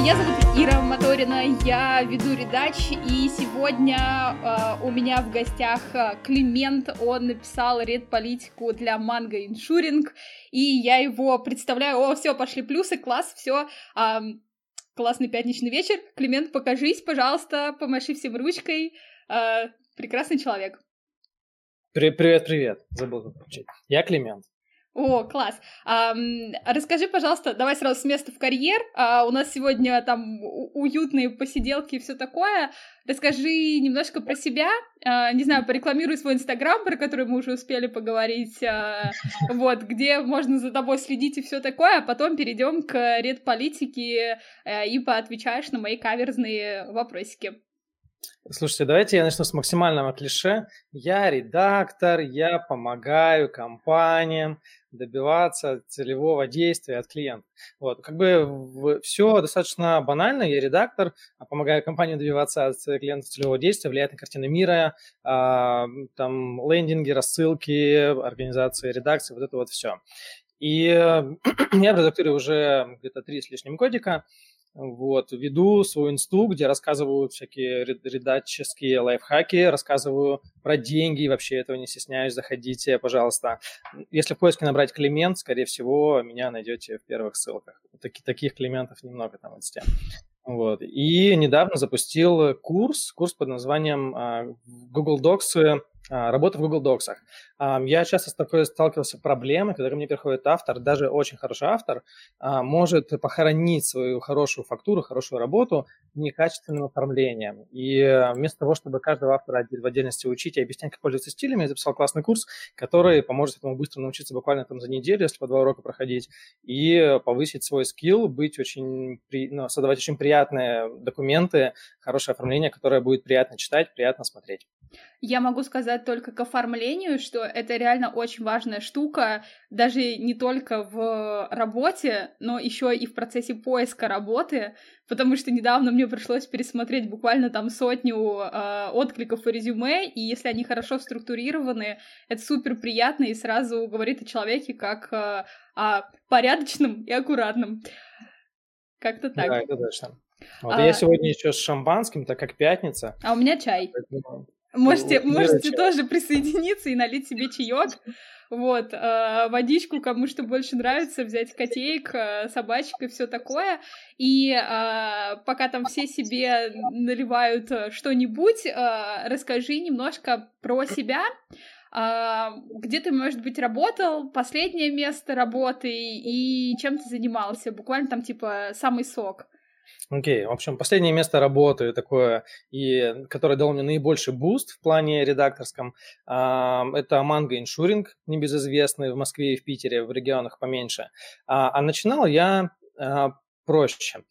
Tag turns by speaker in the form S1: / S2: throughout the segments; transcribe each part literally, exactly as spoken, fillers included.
S1: Меня зовут Ира Моторина, я веду Редач, и сегодня э, у меня в гостях Климент, он написал редполитику для Mango Insuring, и я его представляю. О, все, пошли плюсы, класс, все, э, классный пятничный вечер. Климент, покажись, пожалуйста, помаши всем ручкой, э, прекрасный человек.
S2: Привет-привет, забыл включить. Я Климент.
S1: О, класс. А, расскажи, пожалуйста, давай сразу с места в карьер. А, у нас сегодня там уютные посиделки и все такое. Расскажи немножко про себя. А, не знаю, порекламируй свой Инстаграм, про который мы уже успели поговорить. А, вот, где можно за тобой следить и все такое. А потом перейдем к редполитике а, и поотвечаешь на мои каверзные вопросики.
S2: Слушайте, давайте я начну с максимального клише. Я редактор, я помогаю компаниям добиваться целевого действия от клиента. Вот, как бы все достаточно банально. Я редактор, помогаю компаниям добиваться от клиентов целевого действия, влияет на картину мира, там лендинги, рассылки, организации редакции, вот это вот все. И я в редакторе уже где-то три с лишним годика. Вот, веду свой инсту, где рассказываю всякие редакторские лайфхаки, рассказываю про деньги, вообще этого не стесняюсь, заходите, пожалуйста. Если в поиске набрать Климент, скорее всего, меня найдете в первых ссылках. Таки, таких Климентов немного там в инсте. Вот. И недавно запустил курс, курс под названием Google Docs, работа в Google Docs. Я часто с такой сталкивался проблемой, когда ко мне приходит автор, даже очень хороший автор, может похоронить свою хорошую фактуру, хорошую работу некачественным оформлением. И вместо того, чтобы каждого автора в отдельности учить и объяснять, как пользоваться стилями, я записал классный курс, который поможет этому быстро научиться буквально там за неделю, если по два урока проходить, и повысить свой скилл, быть очень, ну, создавать очень приятные документы, хорошее оформление, которое будет приятно читать, приятно смотреть.
S1: Я могу сказать только к оформлению, что это реально очень важная штука, даже не только в работе, но еще и в процессе поиска работы, потому что недавно мне пришлось пересмотреть буквально там сотню э, откликов и резюме, и если они хорошо структурированы, это супер приятно и сразу говорит о человеке как э, о порядочном и аккуратном. Как-то так.
S2: Да, это точно. Вот, а... Я сегодня еще с шампанским, так как пятница.
S1: А у меня чай. Поэтому... Можете, можете тоже присоединиться и налить себе чаек. Вот, э, водичку, кому что больше нравится, взять котеек, э, собачек и все такое. И э, пока там все себе наливают что-нибудь, э, расскажи немножко про себя. Uh, где ты, может быть, работал, последнее место работы и чем ты занимался? Буквально там, типа, самый сок.
S2: Окей, okay. В общем, последнее место работы такое, и, которое дало мне наибольший буст в плане редакторском, uh, это Mango Insuring, небезызвестный в Москве и в Питере, в регионах поменьше. Uh, а начинал я uh, проще.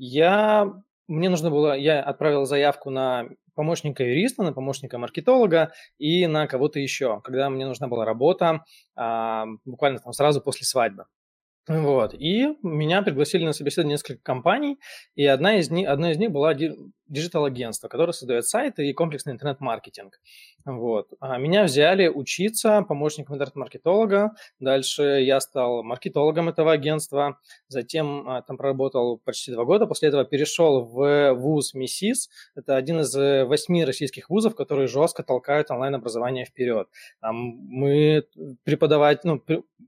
S2: Я, мне нужно было, я отправил заявку на помощника юриста, на помощника маркетолога и на кого-то еще, когда мне нужна была работа, а, буквально там сразу после свадьбы. Вот. И меня пригласили на собеседование несколько компаний, и одна из них, одна из них была диджитал-агентство, которое создает сайты и комплексный интернет-маркетинг. Вот. А меня взяли учиться помощником интернет-маркетолога, дальше я стал маркетологом этого агентства, затем а, там проработал почти два года, после этого перешел в вуз МИСИС, это один из восьми российских вузов, которые жестко толкают онлайн-образование вперед. Там мы преподавать, ну,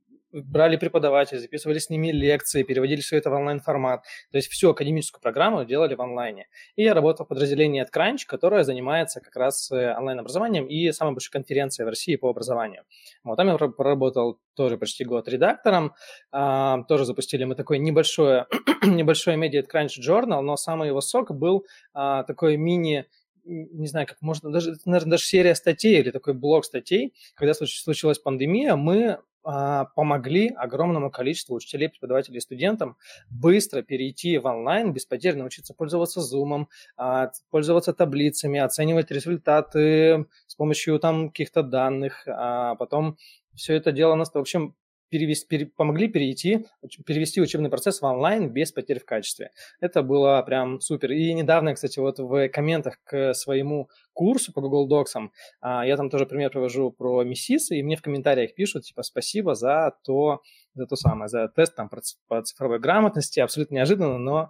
S2: брали преподавателей, записывали с ними лекции, переводили все это в онлайн-формат. То есть всю академическую программу делали в онлайне. И я работал в подразделении AdCrunch, которое занимается как раз онлайн-образованием и самой большой конференцией в России по образованию. Вот там я проработал тоже почти год редактором. А, тоже запустили мы такой небольшой, небольшой медиа AdCrunch Journal, но самый его сок был а, такой мини- не знаю, как можно, даже, наверное, даже серия статей или такой блок статей. Когда случилась пандемия, мы помогли огромному количеству учителей, преподавателей и студентам быстро перейти в онлайн, без потерь научиться пользоваться Zoom, пользоваться таблицами, оценивать результаты с помощью там каких-то данных, а потом все это дело нас, в общем, перевести, пере, помогли перейти, перевести учебный процесс в онлайн без потерь в качестве. Это было прям супер. И недавно, кстати, вот в комментах к своему курсу по Google Docs, я там тоже пример привожу про МИСИС, и мне в комментариях пишут, типа, спасибо за то, за то самое, за тест там по цифровой грамотности, абсолютно неожиданно, но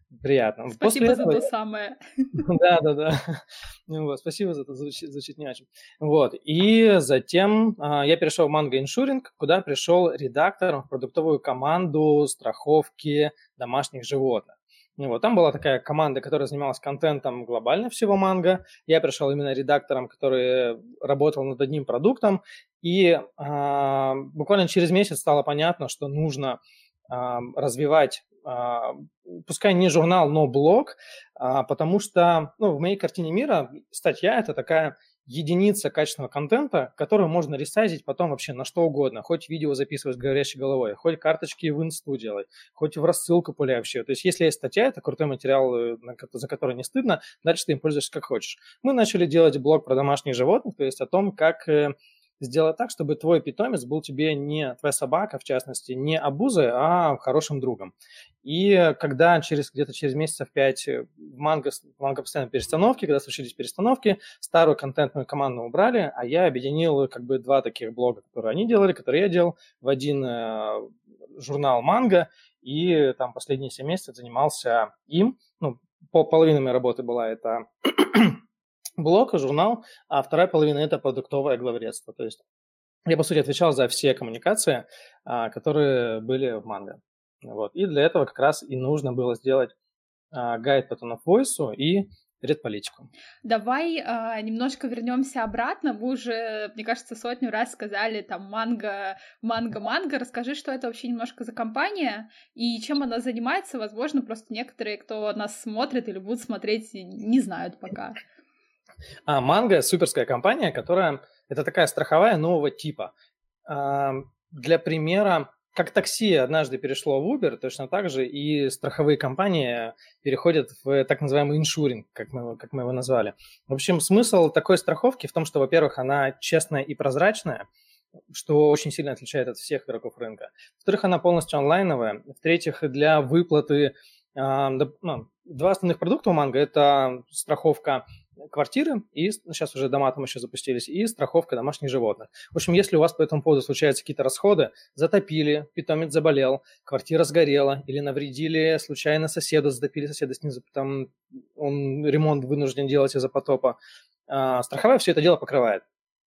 S2: Приятно.
S1: Спасибо за то самое.
S2: Да, да, да. Вот, спасибо за это, звучит, звучит не очень. Вот. И затем а, я перешел в Mango Insurance, куда пришел редактором в продуктовую команду страховки домашних животных. Ну, вот, там была такая команда, которая занималась контентом глобально всего Mango. Я пришел именно редактором, который работал над одним продуктом. И а, буквально через месяц стало понятно, что нужно а, развивать, а, пускай не журнал, но блог, а, потому что ну, в моей картине мира статья – это такая единица качественного контента, которую можно ресайзить потом вообще на что угодно. Хоть видео записывать с говорящей головой, хоть карточки в инсту делать, хоть в рассылку пуляй вообще. То есть если есть статья, это крутой материал, за который не стыдно, дальше ты им пользуешься как хочешь. Мы начали делать блог про домашних животных, то есть о том, как сделать так, чтобы твой питомец был тебе не твоя собака, в частности, не обузой, а хорошим другом. И когда через, где-то через месяцев пять в Mango, в Mango постоянно перестановки, когда случились перестановки, старую контентную команду убрали, а я объединил как бы два таких блога, которые они делали, которые я делал, в один э, журнал Mango, и там последние семь месяцев занимался им. Ну, половина моей работы была это блог и журнал, а вторая половина – это продуктовое главредство. То есть я, по сути, отвечал за все коммуникации, которые были в Mango. Вот. И для этого как раз и нужно было сделать гайд по tone of voice и редполитику.
S1: Давай а, немножко вернемся обратно. Вы уже, мне кажется, сотню раз сказали там Mango, Mango, Mango. Расскажи, что это вообще немножко за компания и чем она занимается. Возможно, просто некоторые, кто нас смотрит или будут смотреть, не знают пока.
S2: А, Mango – суперская компания, которая – это такая страховая нового типа. А, для примера, как такси однажды перешло в Uber, точно так же и страховые компании переходят в так называемый иншуринг, как мы, как мы его назвали. В общем, смысл такой страховки в том, что, во-первых, она честная и прозрачная, что очень сильно отличает от всех игроков рынка. Во-вторых, она полностью онлайновая. В-третьих, для выплаты а, ну, два основных продукта у Mango – это страховка квартиры, и сейчас уже дома там еще запустились, и страховка домашних животных. В общем, если у вас по этому поводу случаются какие-то расходы, затопили, питомец заболел, квартира сгорела, или навредили случайно соседу, затопили соседа снизу, там он ремонт вынужден делать из-за потопа, а, страховая все это дело покрывает.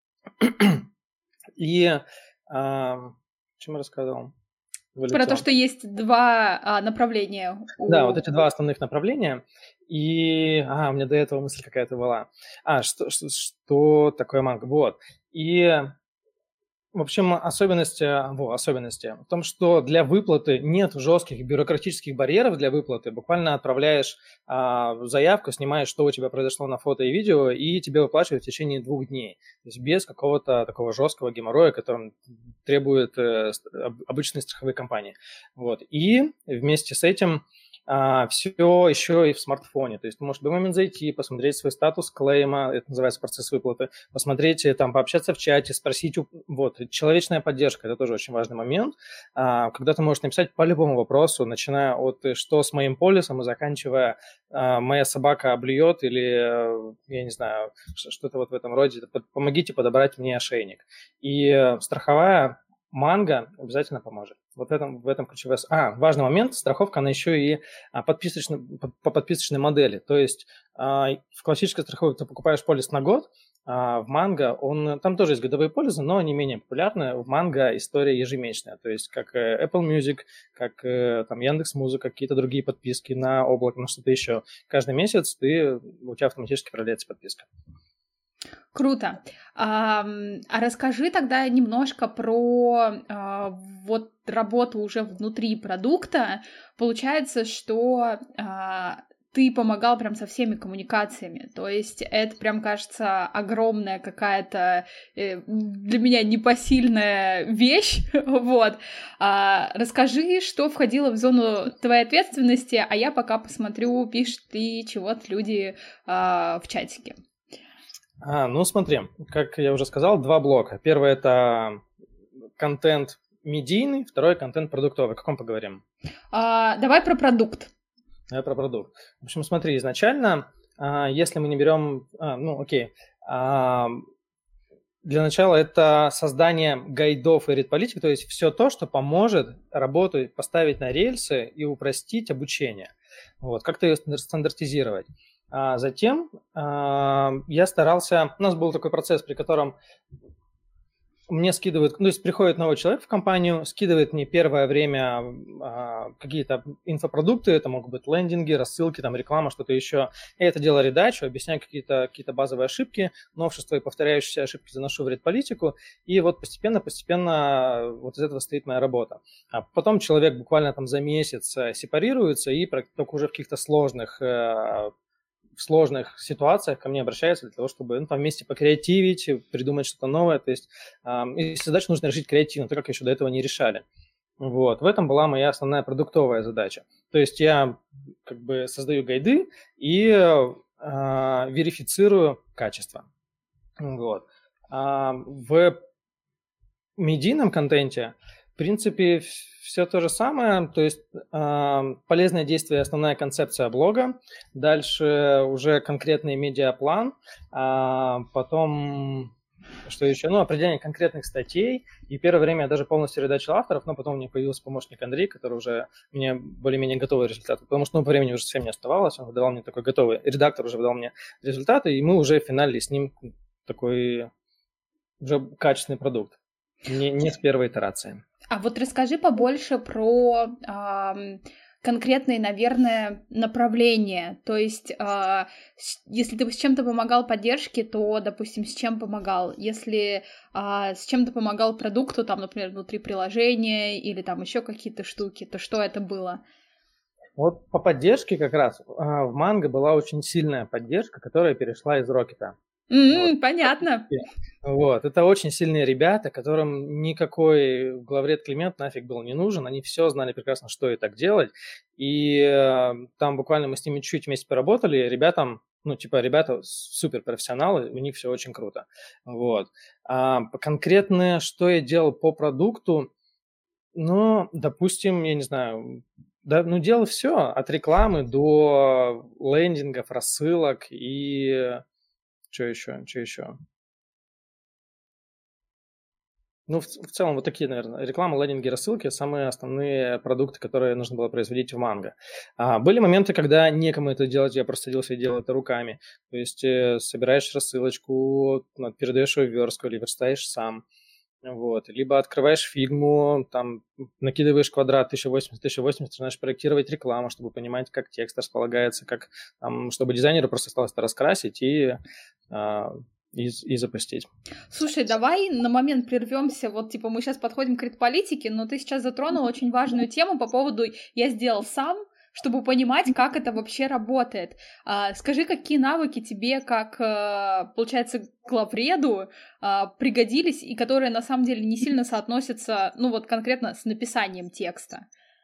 S2: И а, чем я рассказывал?
S1: Вылетел. Про то, что есть два а, направления.
S2: У... Да, вот эти два основных направления. И, а, у меня до этого мысль какая-то была. А, что, что, что такое Mango? Вот. И, в общем, особенности, во, особенности в том, что для выплаты нет жестких бюрократических барьеров для выплаты. Буквально отправляешь а, заявку, снимаешь, что у тебя произошло на фото и видео, и тебе выплачивают в течение двух дней. То есть без какого-то такого жесткого геморроя, которым требуют э, обычные страховые компании. Вот. И вместе с этим а, все еще и в смартфоне. То есть ты можешь в любой момент зайти, посмотреть свой статус клейма, это называется процесс выплаты, посмотреть, там, пообщаться в чате, спросить. Вот. Человечная поддержка – это тоже очень важный момент, а, когда ты можешь написать по любому вопросу, начиная от «что с моим полисом» и заканчивая а, «моя собака блюет» или, я не знаю, что-то вот в этом роде. Помогите подобрать мне ошейник. И страховая Mango обязательно поможет. Вот в этом, в этом ключевой... А, важный момент, страховка, она еще и подписочная, по подписочной модели. То есть в классической страховке ты покупаешь полис на год, а в Mango, он, там тоже есть годовые полисы, но они менее популярны. В Mango история ежемесячная, то есть как Apple Music, как там Яндекс.Музыка, какие-то другие подписки на облако, на что-то еще. Каждый месяц ты, у тебя автоматически продлевается подписка.
S1: Круто. А, а расскажи тогда немножко про а, вот работу уже внутри продукта. Получается, что а, ты помогал прям со всеми коммуникациями. То есть это прям, кажется, огромная какая-то э, для меня непосильная вещь. Вот. А, расскажи, что входило в зону твоей ответственности, а я пока посмотрю, пишут ли чего-то люди а, в чатике.
S2: А, ну смотри, как я уже сказал, два блока. Первый – это контент медийный, второй – контент продуктовый. О каком поговорим?
S1: А, давай про продукт.
S2: Давай про продукт. В общем, смотри, изначально, а, если мы не берем… А, ну, окей. А, для начала это создание гайдов и редполитик, то есть все то, что поможет работу поставить на рельсы и упростить обучение. Вот, как-то ее стандартизировать. А затем а, я старался... У нас был такой процесс, при котором мне скидывают, ну, то есть приходит новый человек в компанию, скидывает мне первое время а, какие-то инфопродукты, это могут быть лендинги, рассылки, там, реклама, что-то еще. Я это делаю редачу, объясняю какие-то, какие-то базовые ошибки, новшества и повторяющиеся ошибки заношу в редполитику, и вот постепенно-постепенно вот из этого стоит моя работа. А потом человек буквально там за месяц сепарируется и только уже в каких-то сложных в сложных ситуациях ко мне обращаются для того, чтобы ну, там вместе покреативить, придумать что-то новое. То есть э, если задачу нужно решить креативно, так как еще до этого не решали. Вот. В этом была моя основная продуктовая задача. То есть я как бы создаю гайды и э, верифицирую качество. Вот. А в медийном контенте в принципе, все то же самое, то есть э, полезное действие, основная концепция блога, дальше уже конкретный медиаплан, а потом, что еще, ну, определение конкретных статей, и первое время я даже полностью редачил авторов, но потом у меня появился помощник Андрей, который уже мне более-менее готовый результат, потому что, ну, по времени уже совсем не оставалось, он выдавал мне такой готовый, редактор уже выдал мне результаты, и мы уже финалили с ним такой уже качественный продукт, не, не с первой итерации.
S1: А вот расскажи побольше про э, конкретные, наверное, направления. То есть, э, если ты с чем-то помогал поддержке, то, допустим, с чем помогал? Если э, с чем-то помогал продукту, там, например, внутри приложения или там еще какие-то штуки, то что это было?
S2: Вот по поддержке как раз э, в Mango была очень сильная поддержка, которая перешла из Rocket.
S1: Mm-hmm, вот. Понятно.
S2: Вот, это очень сильные ребята, которым никакой главред Климент нафиг был не нужен, они все знали прекрасно, что и так делать, и э, там буквально мы с ними чуть вместе поработали, ребятам, ну, типа, ребята суперпрофессионалы, у них все очень круто, вот. А конкретно, что я делал по продукту, ну, допустим, я не знаю, да, ну, делал все, от рекламы до лендингов, рассылок и... Что еще? Что еще? Ну, в, в целом, вот такие, наверное, реклама, лендинги, рассылки – самые основные продукты, которые нужно было производить в Mango. А, были моменты, когда некому это делать, я просто садился и делал это руками. То есть э, собираешь рассылочку, передаешь ее в верстку или верстаешь сам. Вот. Либо открываешь фигму, там, накидываешь квадрат тысяча восемьдесят тысяча восемьдесят, начинаешь проектировать рекламу, чтобы понимать, как текст располагается, как, там, чтобы дизайнеру просто осталось это раскрасить и, а, и, и запустить.
S1: Слушай, давай на момент прервемся. Вот, типа, мы сейчас подходим к редполитике, но ты сейчас затронул очень важную тему по поводу «я сделал сам», чтобы понимать, как это вообще работает. А, скажи, какие навыки тебе, как, получается, главреду а, пригодились и которые на самом деле не сильно соотносятся, ну вот конкретно с написанием текста?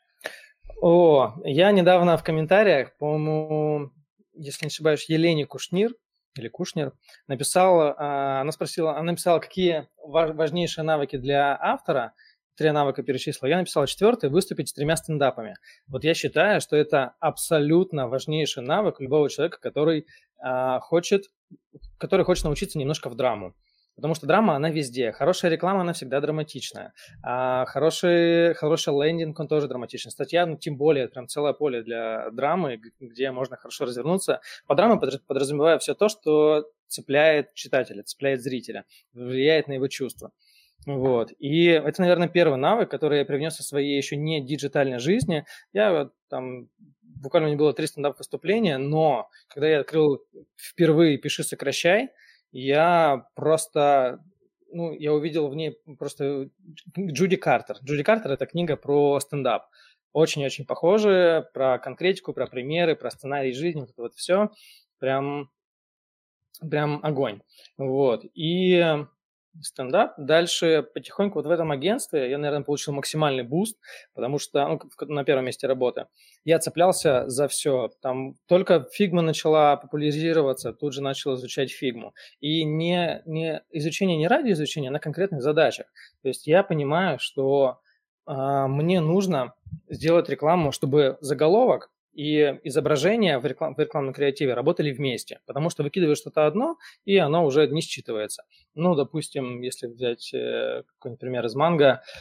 S2: О, я недавно в комментариях, по-моему, если не ошибаюсь, Елене Кушнир, или Кушнер, написала, она спросила, она написала, какие важнейшие навыки для автора. Три навыка перечислила. Я написал четвертый – выступить с тремя стендапами. Вот я считаю, что это абсолютно важнейший навык любого человека, который, а, хочет, который хочет научиться немножко в драму. Потому что драма, она везде. Хорошая реклама, она всегда драматичная. А хороший, хороший лендинг, он тоже драматичный. Статья, ну, тем более, прям целое поле для драмы, где можно хорошо развернуться. По драме подразумеваю все то, что цепляет читателя, цепляет зрителя, влияет на его чувства. Вот. И это, наверное, первый навык, который я привнес в своей еще не диджитальной жизни. Я там, буквально у меня было три стендап-выступления, но когда я открыл впервые «Пиши, сокращай», я просто, ну, я увидел в ней просто Джуди Картер. Джуди Картер – это книга про стендап. Очень-очень похожая, про конкретику, про примеры, про сценарий жизни, вот это вот все. Прям, прям огонь. Вот. И стендап. Дальше потихоньку вот в этом агентстве я, наверное, получил максимальный буст, потому что, ну, на первом месте работы, я цеплялся за все. Там только фигма начала популяризироваться, тут же начал изучать фигму. И не, не изучение не ради изучения, а на конкретных задачах. То есть я понимаю, что э, мне нужно сделать рекламу, чтобы заголовок и изображения в, реклам, в рекламном креативе работали вместе, потому что выкидываешь что-то одно, и оно уже не считывается. Ну, допустим, если взять э, какой-нибудь пример из Mango,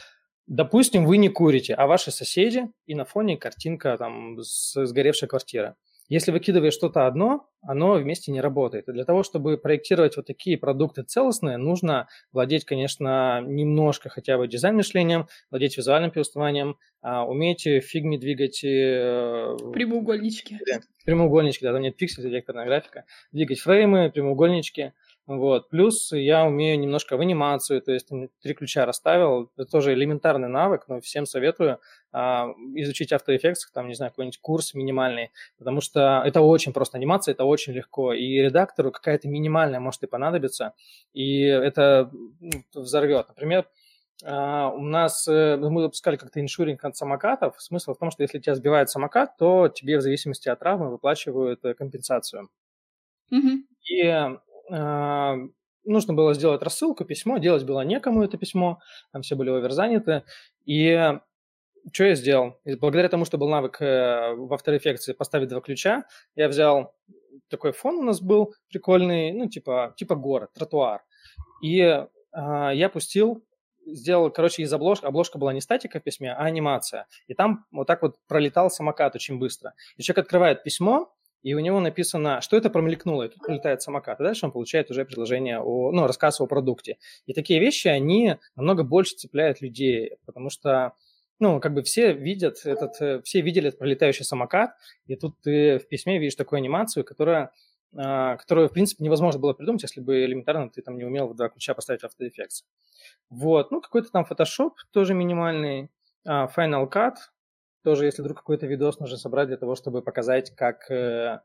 S2: Допустим, вы не курите, а ваши соседи, и на фоне картинка там с сгоревшей квартиры. Если выкидываешь что-то одно, оно вместе не работает. И для того, чтобы проектировать вот такие продукты целостные, нужно владеть, конечно, немножко хотя бы дизайн-мышлением, владеть визуальным повествованием, а, уметь фигми двигать... Э,
S1: прямоугольнички.
S2: Прямоугольнички, да, там нет пикселей, векторная графика. Двигать фреймы, прямоугольнички. Вот. Плюс я умею немножко в анимацию, то есть три ключа расставил. Это тоже элементарный навык, но всем советую а, изучить After Effects, там, не знаю, какой-нибудь курс минимальный, потому что это очень просто. Анимация – это очень легко. И редактору какая-то минимальная может и понадобиться, и это ну, взорвет. Например, Uh, у нас, uh, мы запускали как-то иншуринг от самокатов. Смысл в том, что если тебя сбивает самокат, то тебе в зависимости от травмы выплачивают компенсацию.
S1: Mm-hmm.
S2: И uh, нужно было сделать рассылку, письмо. Делать было некому это письмо, там все были оверзаняты. И что я сделал? И благодаря тому, что был навык uh, в After Effects поставить два ключа, я взял такой фон у нас был прикольный, ну типа, типа город, тротуар. И uh, я пустил сделал, короче, из обложки, обложка была не статика в письме, а анимация. И там вот так вот пролетал самокат очень быстро. И человек открывает письмо, и у него написано, что это промелькнуло, и тут пролетает самокат. И дальше он получает уже предложение, о, ну, рассказ о продукте. И такие вещи, они намного больше цепляют людей, потому что, ну, как бы все видят этот, все видели этот пролетающий самокат, и тут ты в письме видишь такую анимацию, которая которую, в принципе, невозможно было придумать, если бы элементарно ты там не умел в два ключа поставить After Effects. Вот, ну, какой-то там Photoshop тоже минимальный, Final Cut, тоже, если вдруг какой-то видос нужно собрать для того, чтобы показать, как, э,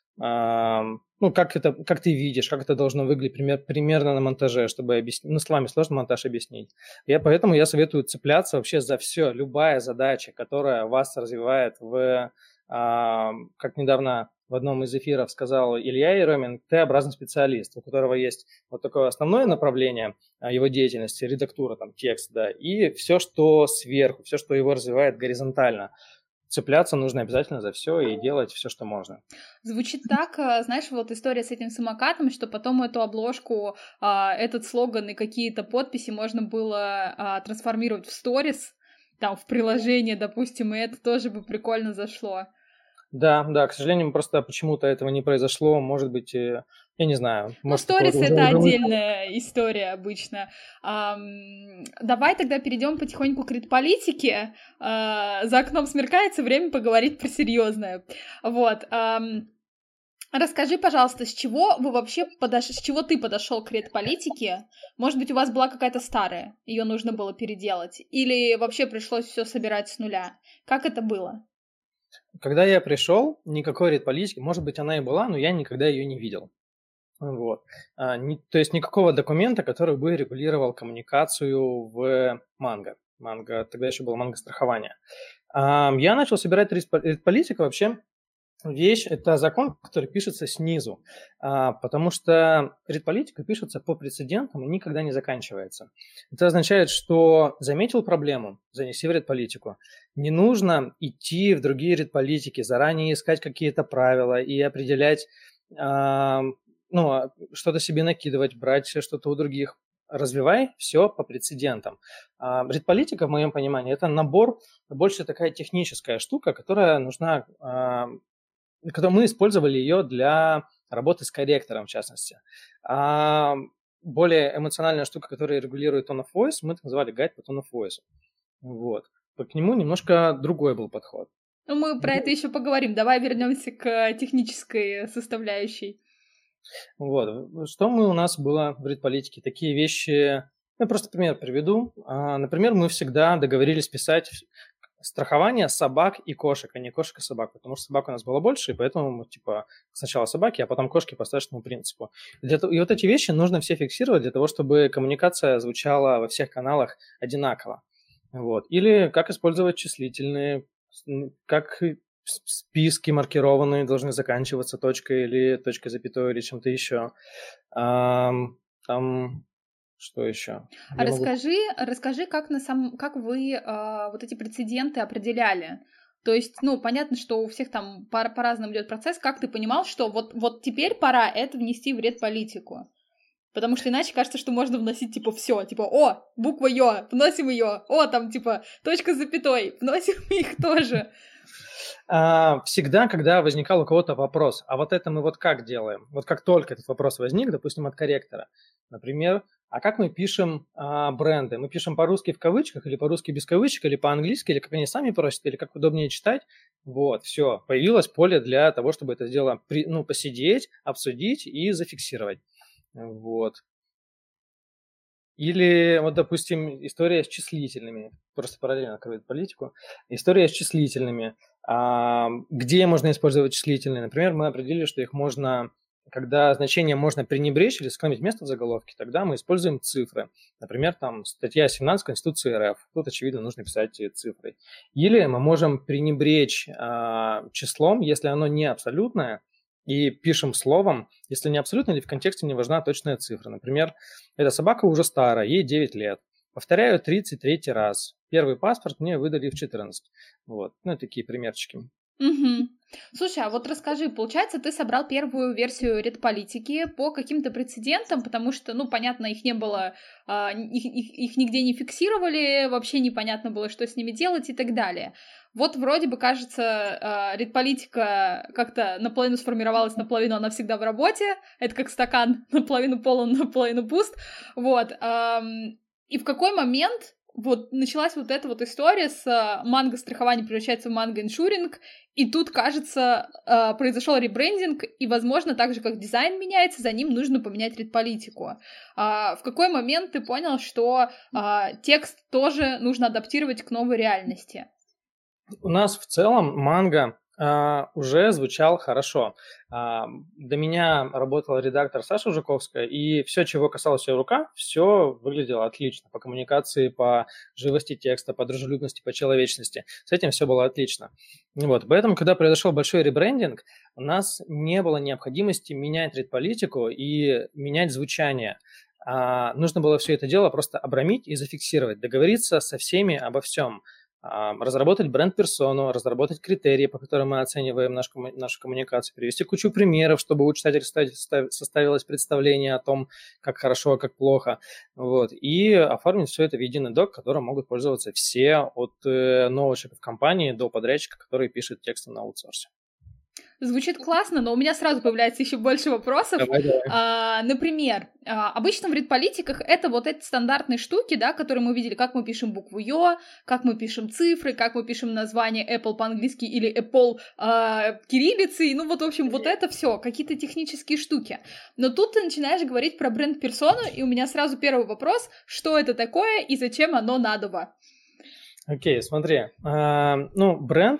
S2: э, ну, как, это, как ты видишь, как это должно выглядеть пример, примерно на монтаже, чтобы объяснить. Ну, словами сложно монтаж объяснить. Я, поэтому я советую цепляться вообще за все, любая задача, которая вас развивает в, э, как недавно в одном из эфиров сказал Илья Еремин, Т-образный специалист, у которого есть вот такое основное направление его деятельности, редактура, там, текст, да, и все, что сверху, все, что его развивает горизонтально. Цепляться нужно обязательно за все и делать все, что можно.
S1: Звучит так, знаешь, вот история с этим самокатом, что потом эту обложку, этот слоган и какие-то подписи можно было трансформировать в сторис, там, в приложение, допустим, и это тоже бы прикольно зашло.
S2: Да, да, к сожалению, просто почему-то этого не произошло. Может быть, я не знаю.
S1: Ну, сторис — это уже отдельная уже... история обычно. Um, давай тогда перейдем потихоньку к редполитике. Uh, за окном смеркается, время поговорить про серьезное. Вот. Um, расскажи, пожалуйста, с чего вы вообще подош... с чего ты подошел к редполитике? Может быть, у вас была какая-то старая, ее нужно было переделать, или вообще пришлось все собирать с нуля? Как это было?
S2: Когда я пришел, никакой редполитики, может быть, она и была, но я никогда ее не видел. Вот. А, не, то есть никакого документа, который бы регулировал коммуникацию в Манго. Манго, тогда еще было Манго-страхование. А, я начал собирать редполитику вообще. Вещь – это закон, который пишется снизу, а, потому что редполитика пишется по прецедентам и никогда не заканчивается. Это означает, что заметил проблему, занеси в редполитику. Не нужно идти в другие редполитики, заранее искать какие-то правила и определять, а, ну, что-то себе накидывать, брать что-то у других. Развивай все по прецедентам. А, редполитика, в моем понимании, это набор, больше такая техническая штука, которая нужна… А, которую мы использовали ее для работы с корректором, в частности. А более эмоциональная штука, которая регулирует tone of voice, мы так называли гайд по tone of voice. Вот. К нему немножко другой был подход.
S1: Ну, мы про это еще поговорим. Давай вернемся к технической составляющей.
S2: Вот. Что мы у нас было в редполитике? Такие вещи… Я просто пример приведу. Например, мы всегда договорились писать страхование собак и кошек, а не кошек и собак, потому что собак у нас было больше, и поэтому, типа, сначала собаки, а потом кошки по старшему принципу. Для того, и вот эти вещи нужно все фиксировать для того, чтобы коммуникация звучала во всех каналах одинаково. Вот. Или как использовать числительные, как списки маркированные должны заканчиваться точкой или точкой запятой или чем-то еще. Там... Что еще?
S1: А расскажи, могу... расскажи, как, на сам... как вы э, вот эти прецеденты определяли. То есть, ну, понятно, что у всех там по- по-разному идет процесс. Как ты понимал, что вот, вот теперь пора это внести в редполитику? Потому что иначе кажется, что можно вносить, типа, все, типа, о, буква Ё, вносим ее, о, там, типа, точка с запятой, вносим их тоже.
S2: Всегда, когда возникал у кого-то вопрос, а вот это мы вот как делаем? Вот как только этот вопрос возник, допустим, от корректора, например, а как мы пишем а, бренды? Мы пишем по-русски в кавычках или по-русски без кавычек, или по-английски, или как они сами просят, или как удобнее читать? Вот, все, появилось поле для того, чтобы это дело при, ну, посидеть, обсудить и зафиксировать. Вот. Или, вот, допустим, история с числительными, просто параллельно открывает политику, история с числительными, а, где можно использовать числительные. Например, мы определили, что их можно, когда значение можно пренебречь или сэкономить место в заголовке, тогда мы используем цифры. Например, там статья семнадцать Конституции РФ, тут, очевидно, нужно писать цифрой. Или мы можем пренебречь а, числом, если оно не абсолютное, и пишем словом, если не абсолютно или в контексте не важна точная цифра. Например, эта собака уже старая, ей девять лет. Повторяю тридцать третий раз. Первый паспорт мне выдали в четырнадцать. Вот, ну, такие примерчики.
S1: Угу. Слушай, а вот расскажи, получается, ты собрал первую версию редполитики по каким-то прецедентам, потому что, ну, понятно, их не было, их, их, их нигде не фиксировали, вообще непонятно было, что с ними делать и так далее. Вот вроде бы, кажется, редполитика как-то наполовину сформировалась, наполовину она всегда в работе, это как стакан, наполовину полон, наполовину пуст, вот. И в какой момент вот началась вот эта вот история с манго-страхование превращается в манго-иншуринг, и тут, кажется, произошел ребрендинг, и, возможно, так же, как дизайн меняется, за ним нужно поменять редполитику. В какой момент ты понял, что текст тоже нужно адаптировать к новой реальности?
S2: У нас в целом манго Uh, уже звучал хорошо. Uh, до меня работала редактор Саша Жуковская, и все, чего касалась ее рука, все выглядело отлично. По коммуникации, по живости текста, по дружелюбности, по человечности. С этим все было отлично. Вот. Поэтому, когда произошел большой ребрендинг, у нас не было необходимости менять редполитику и менять звучание. Uh, нужно было все это дело просто обрамить и зафиксировать, договориться со всеми обо всем. Разработать бренд-персону, разработать критерии, по которым мы оцениваем нашу, нашу коммуникацию, привести кучу примеров, чтобы у читателя составилось представление о том, как хорошо, как плохо, вот, и оформить все это в единый док, которым могут пользоваться все, от новичков компании до подрядчика, который пишет тексты на аутсорсе.
S1: Звучит классно, но у меня сразу появляется еще больше вопросов.
S2: Давай, давай.
S1: А, например, а, обычно в редполитиках это вот эти стандартные штуки, да, которые мы видели, как мы пишем букву Ё, как мы пишем цифры, как мы пишем название Apple по-английски или Apple а, кириллицей, ну вот, в общем, вот это все, какие-то технические штуки. Но тут ты начинаешь говорить про бренд-персону, и у меня сразу первый вопрос, что это такое и зачем оно надо?
S2: Окей, okay, смотри, а, ну, бренд...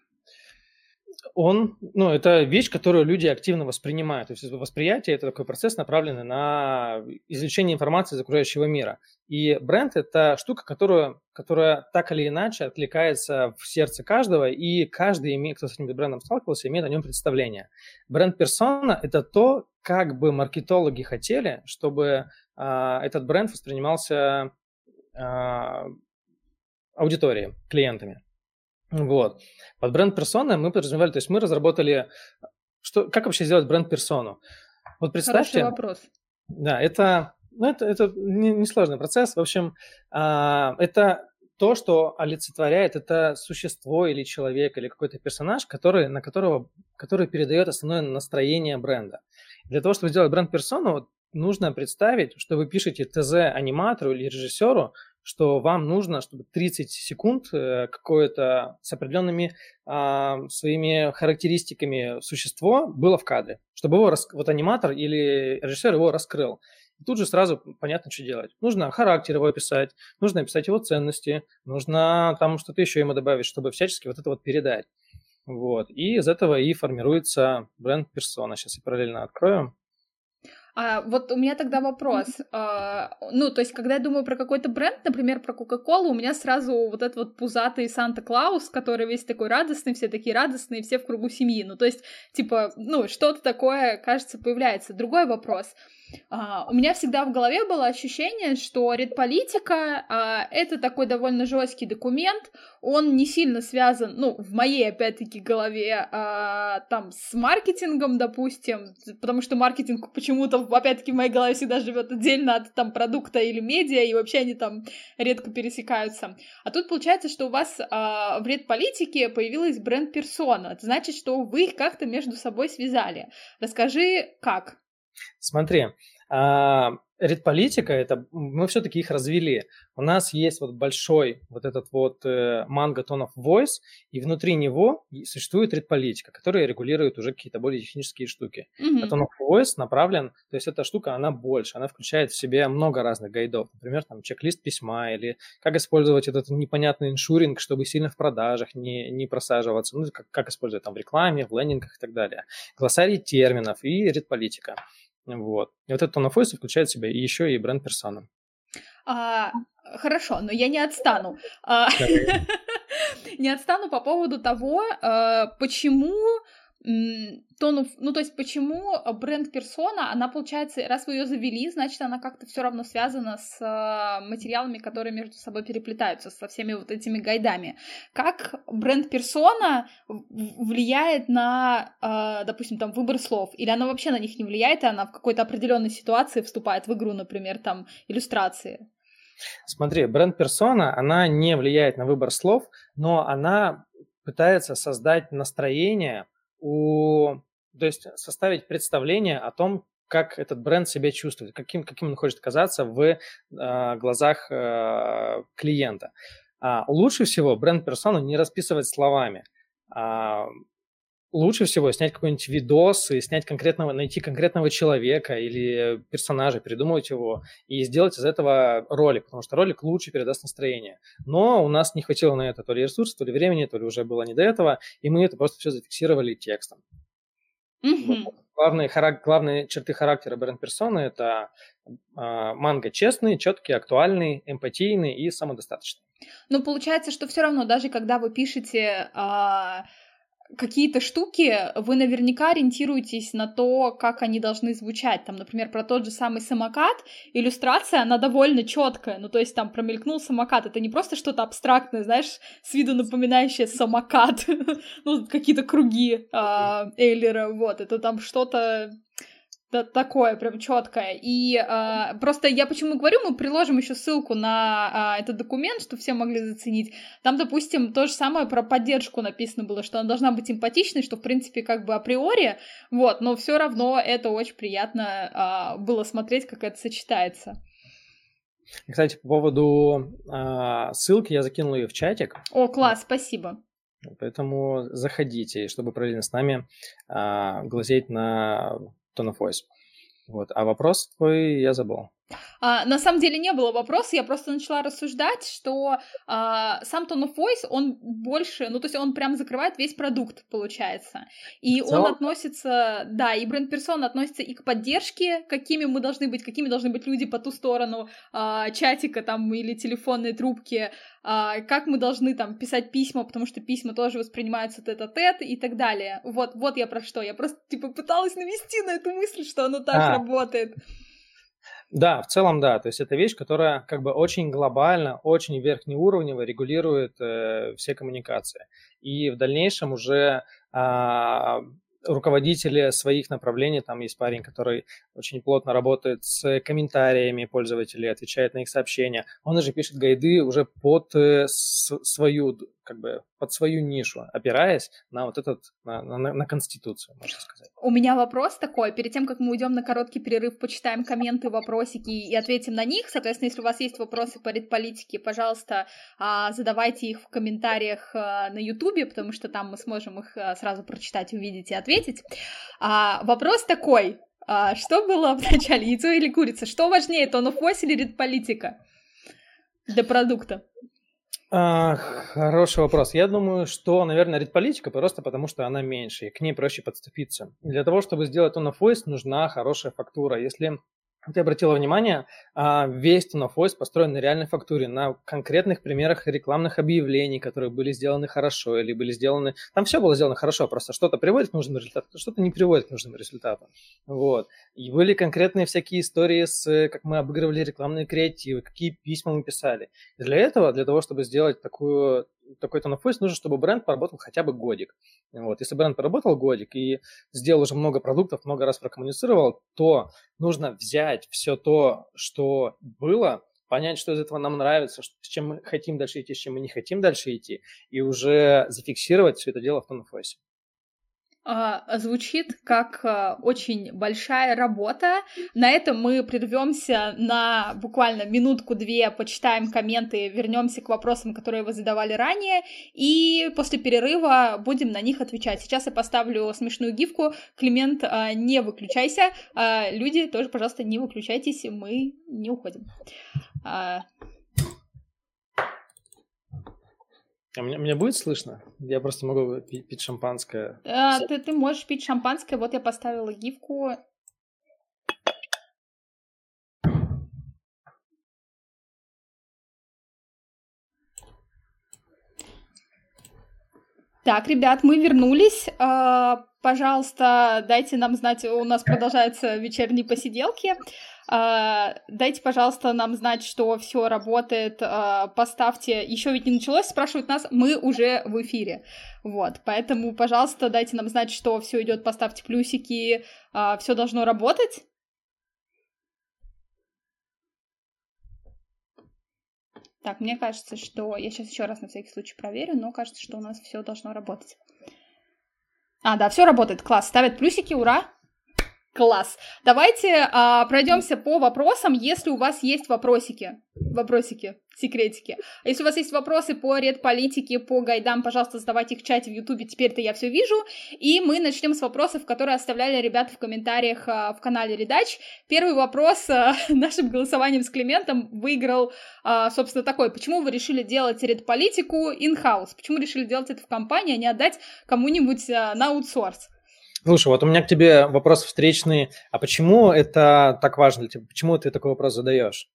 S2: Он, ну, это вещь, которую люди активно воспринимают. То есть восприятие – это такой процесс, направленный на извлечение информации из окружающего мира. И бренд – это штука, которую, которая так или иначе откликается в сердце каждого, и каждый, кто с этим брендом сталкивался, имеет о нем представление. Бренд-персона – это то, как бы маркетологи хотели, чтобы а, этот бренд воспринимался а, аудиторией, клиентами. Вот. Под бренд-персоной мы подразумевали, то есть мы разработали, что, как вообще сделать бренд-персону. Вот представьте.
S1: Хороший вопрос.
S2: Да, это, ну, это, это несложный не процесс. В общем, а, это то, что олицетворяет это существо или человек, или какой-то персонаж, который, на которого, который передает основное настроение бренда. Для того, чтобы сделать бренд-персону, нужно представить, что вы пишете ТЗ аниматору или режиссеру, что вам нужно, чтобы тридцать секунд какое-то с определенными а, своими характеристиками существо было в кадре, чтобы его рас... вот аниматор или режиссер его раскрыл. И тут же сразу понятно, что делать. Нужно характер его описать, нужно описать его ценности, нужно там что-то еще ему добавить, чтобы всячески вот это вот передать. Вот. И из этого и формируется бренд-персона. Сейчас я параллельно открою.
S1: А, вот у меня тогда вопрос. А, ну, то есть, когда я думаю про какой-то бренд, например, про Кока-Колу, у меня сразу вот этот вот пузатый Санта-Клаус, который весь такой радостный, все такие радостные, все в кругу семьи. Ну, то есть, типа, ну, что-то такое, кажется, появляется. Другой вопрос. Uh, у меня всегда в голове было ощущение, что редполитика uh, — это такой довольно жесткий документ, он не сильно связан, ну, в моей, опять-таки, голове, uh, там, с маркетингом, допустим, потому что маркетинг почему-то, опять-таки, в моей голове всегда живет отдельно от, там, продукта или медиа, и вообще они там редко пересекаются. А тут получается, что у вас uh, в редполитике появилась бренд-персона, это значит, что вы их как-то между собой связали. Расскажи, как?
S2: Смотри, редполитика, это мы все-таки их развели. У нас есть вот большой вот этот вот Mango Tone of Voice, и внутри него существует редполитика, которая регулирует уже какие-то более технические штуки. Mm-hmm. А Tone of Voice направлен, то есть эта штука, она больше, она включает в себя много разных гайдов. Например, там чек-лист письма, или как использовать этот непонятный иншуринг, чтобы сильно в продажах не, не просаживаться, ну, как, как использовать там в рекламе, в лендингах и так далее. Глоссарий терминов и редполитика. Вот. И вот этот Tone of Voice включает в себя еще и бренд-персону.
S1: А, хорошо, но я не отстану. А, не отстану по поводу того, почему Tone, ну, то есть, почему бренд-персона, она, получается, раз вы ее завели, значит, она как-то все равно связана с материалами, которые между собой переплетаются, со всеми вот этими гайдами. Как бренд-персона влияет на, допустим, там, выбор слов? Или она вообще на них не влияет, и она в какой-то определенной ситуации вступает в игру, например, там, иллюстрации?
S2: Смотри, бренд-персона, она не влияет на выбор слов, но она пытается создать настроение, У, то есть составить представление о том, как этот бренд себя чувствует, каким, каким он хочет казаться в э, глазах э, клиента. А лучше всего бренд-персону не расписывать словами. А лучше всего снять какой-нибудь видос и снять конкретного, найти конкретного человека или персонажа, придумать его и сделать из этого ролик, потому что ролик лучше передаст настроение. Но у нас не хватило на это то ли ресурсов, то ли времени, то ли уже было не до этого, и мы это просто все зафиксировали текстом. Mm-hmm. Вот. Главные, харак- главные черты характера бренд-персоны – это э, Манго честный, четкий, актуальный, эмпатийный и самодостаточный.
S1: Ну, получается, что все равно, даже когда вы пишете э, какие-то штуки, вы наверняка ориентируетесь на то, как они должны звучать. Там, например, про тот же самый самокат, иллюстрация, она довольно четкая. Ну, то есть там промелькнул самокат. Это не просто что-то абстрактное, знаешь, с виду напоминающее самокат. Ну, какие-то круги Эйлера, вот. Это там что-то такое прям четкое. И а, просто я почему говорю, мы приложим еще ссылку на а, этот документ, чтобы все могли заценить. Там, допустим, то же самое про поддержку написано было, что она должна быть эмпатичной, что, в принципе, как бы априори, вот, но все равно это очень приятно а, было смотреть, как это сочетается.
S2: Кстати, по поводу а, ссылки, я закинул ее в чатик.
S1: О, класс, спасибо.
S2: Поэтому заходите, чтобы параллельно с нами а, глазеть на Tone of Voice. Вот. А вопрос твой я забыл.
S1: А, на самом деле не было вопроса, я просто начала рассуждать, что а, сам Tone of Voice, он больше, ну, то есть он прям закрывает весь продукт, получается. И он относится, да, и бренд-персона относится и к поддержке, какими мы должны быть, какими должны быть люди по ту сторону а, чатика там или телефонной трубки, а, как мы должны там писать письма, потому что письма тоже воспринимаются тет-а-тет и так далее. Вот, вот я про что. Я просто, типа, пыталась навести на эту мысль, что оно так а. работает.
S2: Да, в целом, да. То есть это вещь, которая как бы очень глобально, очень верхнеуровнево регулирует э, все коммуникации. И в дальнейшем уже э, руководители своих направлений, там есть парень, который очень плотно работает с комментариями пользователей, отвечает на их сообщения. Он уже пишет гайды уже под э, с, свою, как бы, под свою нишу, опираясь на вот этот, на, на, на конституцию, можно сказать.
S1: У меня вопрос такой. Перед тем, как мы уйдем на короткий перерыв, почитаем комменты, вопросики и ответим на них. Соответственно, если у вас есть вопросы по редполитике, пожалуйста, задавайте их в комментариях на Ютубе, потому что там мы сможем их сразу прочитать, увидеть и ответить. Вопрос такой. Что было в начале, яйцо или курица? Что важнее, Tone of Voice или редполитика для продукта?
S2: А, хороший вопрос. Я думаю, что, наверное, редполитика просто потому, что она меньше, и к ней проще подступиться. Для того, чтобы сделать Tone of Voice, нужна хорошая фактура. Если ты обратила внимание, весь Tone of Voice построен на реальной фактуре, на конкретных примерах рекламных объявлений, которые были сделаны хорошо или были сделаны... Там все было сделано хорошо, просто что-то приводит к нужному результату, что-то не приводит к нужному результату. Вот. И были конкретные всякие истории, с, как мы обыгрывали рекламные креативы, какие письма мы писали. И для этого, для того, чтобы сделать такую... такой Tone of Voice, нужно, чтобы бренд поработал хотя бы годик. Вот. Если бренд поработал годик и сделал уже много продуктов, много раз прокоммуницировал, то нужно взять все то, что было, понять, что из этого нам нравится, с чем мы хотим дальше идти, с чем мы не хотим дальше идти, и уже зафиксировать все это дело в Tone of Voice.
S1: Звучит как очень большая работа. На этом мы прервемся на буквально минутку-две, почитаем комменты, вернемся к вопросам, которые вы задавали ранее, и после перерыва будем на них отвечать. Сейчас я поставлю смешную гифку. Климент, не выключайся. Люди, тоже, пожалуйста, не выключайтесь, мы не уходим.
S2: А меня, меня будет слышно? Я просто могу пить, пить шампанское.
S1: А, ты, ты можешь пить шампанское. Вот я поставила гифку. Так, ребят, мы вернулись. А, пожалуйста, дайте нам знать, у нас продолжаются вечерние посиделки. Uh, дайте, пожалуйста, нам знать, что все работает, uh, поставьте, еще ведь не началось, спрашивают нас, мы уже в эфире, вот, поэтому, пожалуйста, дайте нам знать, что все идет, поставьте плюсики, uh, все должно работать. Так, мне кажется, что, я сейчас еще раз на всякий случай проверю, но кажется, что у нас все должно работать. А, да, все работает, класс, ставят плюсики, ура! Класс. Давайте а, пройдемся по вопросам, если у вас есть вопросики. Вопросики, секретики. А если у вас есть вопросы по редполитике, по гайдам, пожалуйста, задавайте их в чате в Ютубе, теперь-то я все вижу. И мы начнем с вопросов, которые оставляли ребята в комментариях а, в канале Редач. Первый вопрос а, нашим голосованием с Климентом выиграл, а, собственно, такой. Почему вы решили делать редполитику in-house? Почему решили делать это в компании, а не отдать кому-нибудь а, на аутсорс?
S2: Слушай, вот у меня к тебе вопрос встречный. А почему это так важно для тебя? Почему ты такой вопрос задаешь?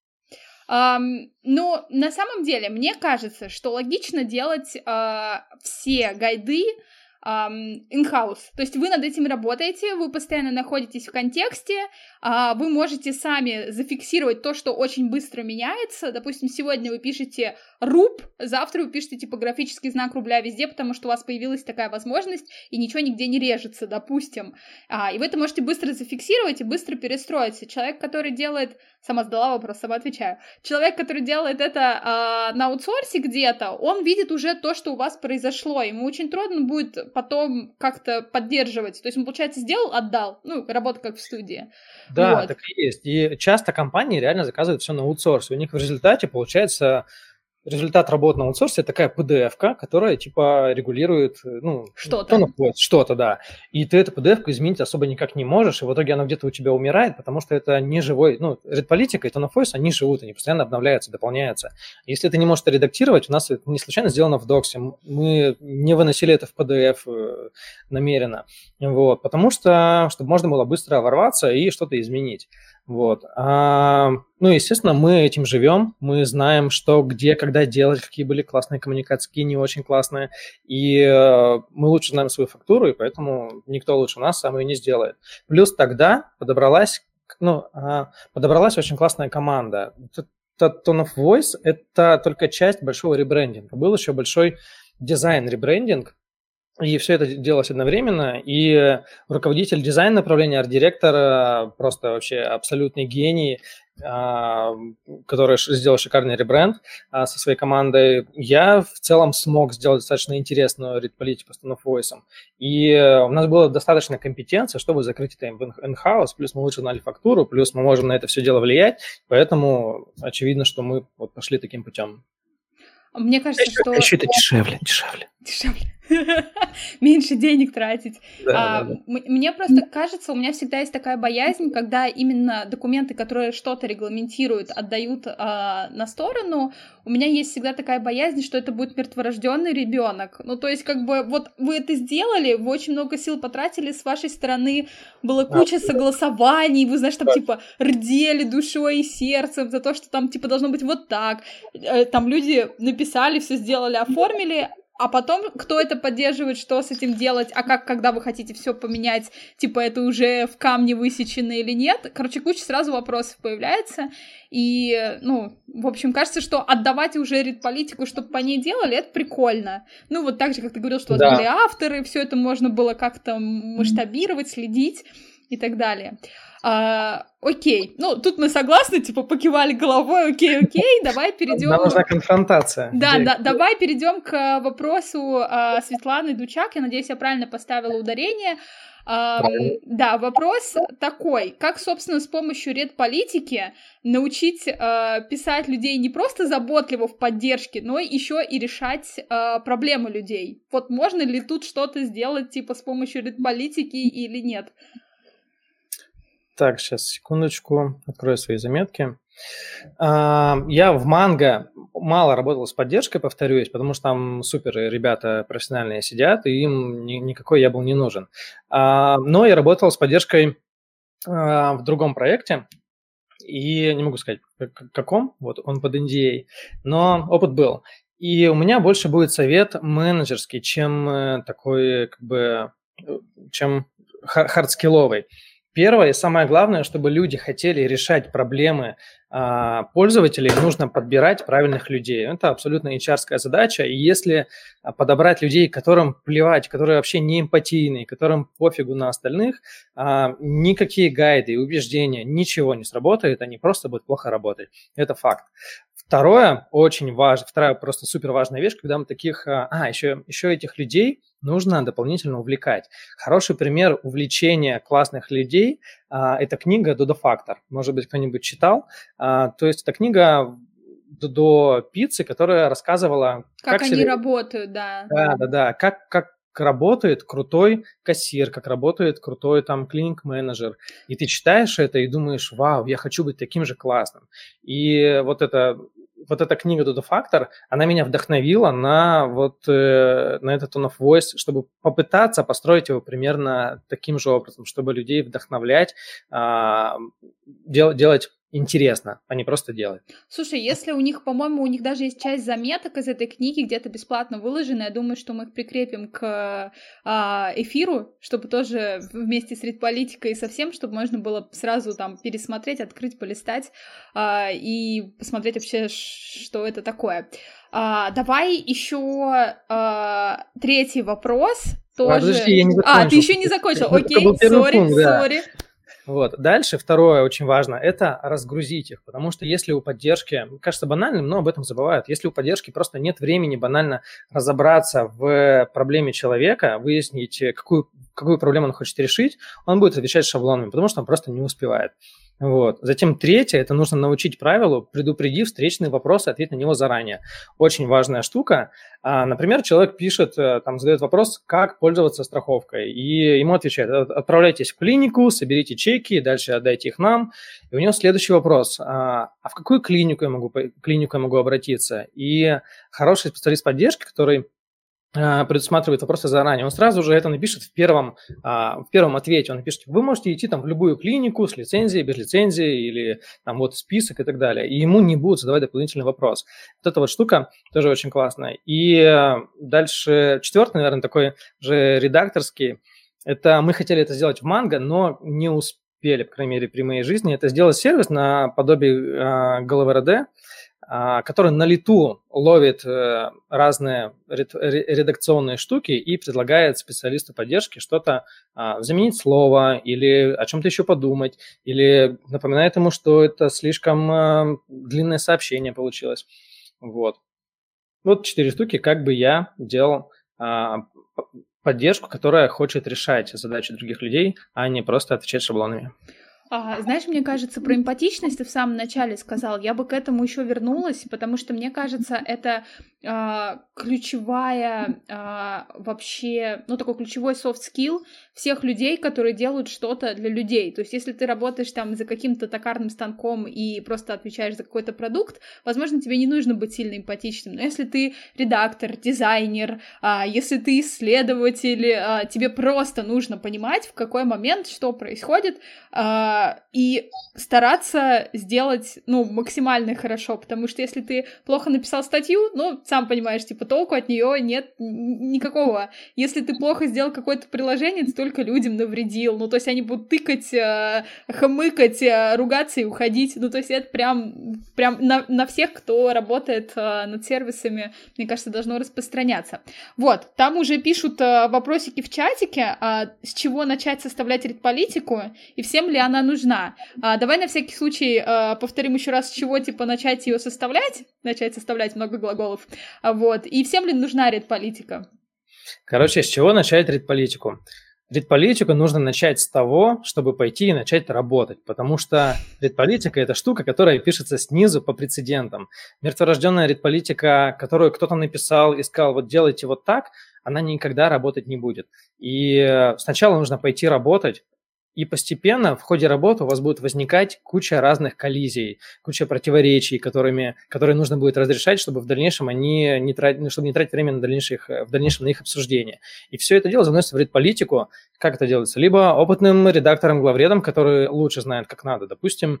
S1: Um, ну, на самом деле, мне кажется, что логично делать uh, все гайды um, in-house. То есть вы над этим работаете, вы постоянно находитесь в контексте, uh, вы можете сами зафиксировать то, что очень быстро меняется. Допустим, сегодня вы пишете руб, завтра вы пишете типографический знак рубля везде, потому что у вас появилась такая возможность, и ничего нигде не режется, допустим. Uh, и вы это можете быстро зафиксировать и быстро перестроить. Человек, который делает... Сама задала вопрос, сама отвечаю. Человек, который делает это э, на аутсорсе где-то, он видит уже то, что у вас произошло. Ему очень трудно будет потом как-то поддерживать. То есть он, получается, сделал, отдал. Ну, работа как в студии.
S2: Да,
S1: вот.
S2: Так и есть. И часто компании реально заказывают все на аутсорсе. У них в результате получается... Результат работы на аутсорсе – такая пи ди эф-ка, которая типа регулирует, ну,
S1: что-то.
S2: Что-то, да. И ты эту пи ди эф-ку изменить особо никак не можешь, и в итоге она где-то у тебя умирает, потому что это не живой, ну, редполитика и Tone of Voice, они живут, они постоянно обновляются, дополняются. Если ты не можешь это редактировать, у нас это не случайно сделано в доксе, мы не выносили это в пи ди эф намеренно, вот, потому что, чтобы можно было быстро ворваться и что-то изменить. Вот. А, ну, естественно, мы этим живем, мы знаем, что, где, когда делать, какие были классные коммуникации, какие не очень классные, и э, мы лучше знаем свою фактуру, и поэтому никто лучше нас сам ее не сделает. Плюс тогда подобралась, ну, э, подобралась очень классная команда. Tone of Voice – это только часть большого ребрендинга. Был еще большой дизайн-ребрендинг, и все это делалось одновременно, и руководитель дизайн-направления, арт-директор, просто вообще абсолютный гений, который сделал шикарный ребренд со своей командой. Я в целом смог сделать достаточно интересную редполитику с Tone of Voice, и у нас было достаточно компетенции, чтобы закрыть это in-house, плюс мы лучше знали фактуру, плюс мы можем на это все дело влиять, поэтому очевидно, что мы вот пошли таким путем.
S1: Мне кажется,
S2: еще,
S1: что...
S2: Еще это дешевле, дешевле.
S1: Дешевле. Меньше денег тратить.
S2: Да,
S1: а,
S2: да, да.
S1: Мне просто кажется, у меня всегда есть такая боязнь, когда именно документы, которые что-то регламентируют, отдают а, на сторону, у меня есть всегда такая боязнь, что это будет мертворожденный ребенок. Ну, то есть, как бы, вот вы это сделали, вы очень много сил потратили, с вашей стороны была куча согласований, вы, знаешь, там, типа, рдели душой и сердцем за то, что там, типа, должно быть вот так. Там люди написали, все сделали, оформили, а потом, кто это поддерживает, что с этим делать, а как, когда вы хотите все поменять, типа, это уже в камне высечено или нет. Короче, куча сразу вопросов появляется. И, ну, в общем, кажется, что отдавать уже редполитику, чтобы по ней делали, это прикольно. Ну, вот так же, как ты говорил, что у вас
S2: Да.
S1: были авторы, все это можно было как-то масштабировать, следить и так далее. А, окей, ну, тут мы согласны, типа, покивали головой, окей, окей, давай перейдем...
S2: Нам нужна конфронтация.
S1: Да, да, давай перейдем к вопросу а, Светланы Дучак, я надеюсь, я правильно поставила ударение. А, да, вопрос такой, как, собственно, с помощью редполитики научить а, писать людей не просто заботливо в поддержке, но еще и решать а, проблемы людей. Вот можно ли тут что-то сделать, типа, с помощью редполитики или нет?
S2: Так, сейчас, секундочку, открою свои заметки. Я в Манго мало работал с поддержкой, повторюсь, потому что там супер ребята профессиональные сидят, и им никакой я был не нужен. Но я работал с поддержкой в другом проекте, и не могу сказать, каком, вот он под эн ди эй, но опыт был. И у меня больше будет совет менеджерский, чем такой, как бы, чем хардскилловый. Первое и самое главное, чтобы люди хотели решать проблемы а, пользователей, нужно подбирать правильных людей. Это абсолютно эйч ар-ская задача. И если подобрать людей, которым плевать, которые вообще не эмпатийные, которым пофигу на остальных, а, никакие гайды и убеждения, ничего не сработает, они просто будут плохо работать. Это факт. Второе, очень важно, вторая просто супер важная вещь, когда мы таких, а, еще, еще этих людей нужно дополнительно увлекать. Хороший пример увлечения классных людей а, – это книга «Додо Фактор». Может быть, кто-нибудь читал. А, то есть это книга Додо Пиццы, которая рассказывала…
S1: Как, как они себе... работают, да.
S2: Да, да, да. Как, как работает крутой кассир, как работает крутой там клиник-менеджер. И ты читаешь это и думаешь, вау, я хочу быть таким же классным. И вот это… Вот эта книга Додо Фактор, она меня вдохновила на вот э, на этот tone of voice, чтобы попытаться построить его примерно таким же образом, чтобы людей вдохновлять, э, дел, делать интересно, а не просто делать.
S1: Слушай, если у них, по-моему, у них даже есть часть заметок из этой книги где-то бесплатно выложена, я думаю, что мы их прикрепим к а, эфиру, чтобы тоже вместе с редполитикой и со всем, чтобы можно было сразу там пересмотреть, открыть, полистать а, и посмотреть вообще, что это такое. А, давай еще а, третий вопрос. Тоже...
S2: Подожди, я не закончил.
S1: А, ты еще не закончил. Окей, сори, сори.
S2: Вот. Дальше второе очень важно – это разгрузить их, потому что если у поддержки, кажется банальным, но об этом забывают, если у поддержки просто нет времени банально разобраться в проблеме человека, выяснить, какую, какую проблему он хочет решить, он будет отвечать шаблонами, потому что он просто не успевает. Вот. Затем третье – это нужно научить правилу, предупредив встречные вопросы, ответить на него заранее. Очень важная штука. Например, человек пишет, там, задает вопрос, как пользоваться страховкой, и ему отвечают: отправляйтесь в клинику, соберите чеки, дальше отдайте их нам. И у него следующий вопрос: а в какую клинику я могу, клинику я могу обратиться? И хороший специалист поддержки, который предусматривает вопросы заранее, он сразу же это напишет в первом, в первом ответе. Он напишет: вы можете идти там в любую клинику с лицензией, без лицензии, или там вот список и так далее. И ему не будут задавать дополнительный вопрос. Вот эта вот штука тоже очень классная. И дальше четвертый, наверное, такой же редакторский. Это мы хотели это сделать в Манго, но не успели, по крайней мере, при моей жизни. Это сделать сервис наподобие ГЛВРД, который на лету ловит разные редакционные штуки и предлагает специалисту поддержки что-то заменить слово или о чем-то еще подумать, или напоминает ему, что это слишком длинное сообщение получилось. Вот. Вот четыре штуки, как бы я делал поддержку, которая хочет решать задачи других людей, а не просто отвечать шаблонами.
S1: А, знаешь, мне кажется, про эмпатичность ты в самом начале сказал. Я бы к этому еще вернулась, потому что мне кажется, это а, ключевая а, вообще, ну такой ключевой soft skill всех людей, которые делают что-то для людей. То есть, если ты работаешь там за каким-то токарным станком и просто отвечаешь за какой-то продукт, возможно, тебе не нужно быть сильно эмпатичным. Но если ты редактор, дизайнер, а, если ты исследователь, а, тебе просто нужно понимать, в какой момент что происходит, а, и стараться сделать, ну, максимально хорошо, потому что если ты плохо написал статью, ну, сам понимаешь, типа, толку от нее нет никакого. Если ты плохо сделал какое-то приложение, ты только людям навредил, ну, то есть они будут тыкать, э, хмыкать, э, ругаться и уходить, ну, то есть это прям, прям на, на всех, кто работает э, над сервисами, мне кажется, должно распространяться. Вот, там уже пишут э, вопросики в чатике, э, с чего начать составлять редполитику, и всем ли она нужна. А, давай на всякий случай а, повторим еще раз, с чего, типа, начать ее составлять, начать составлять много глаголов, а, вот, и всем ли нужна редполитика?
S2: Короче, с чего начать редполитику? Редполитику нужно начать с того, чтобы пойти и начать работать, потому что редполитика – это штука, которая пишется снизу по прецедентам. Мертворожденная редполитика, которую кто-то написал и сказал, вот делайте вот так, она никогда работать не будет. И сначала нужно пойти работать, и постепенно в ходе работы у вас будет возникать куча разных коллизий, куча противоречий, которыми, которые нужно будет разрешать, чтобы в дальнейшем они не тратить, чтобы не тратить время на дальнейших, в дальнейшем на их обсуждение. И все это дело заносится в редполитику. Как это делается? Либо опытным редактором-главредом, который лучше знает, как надо. Допустим,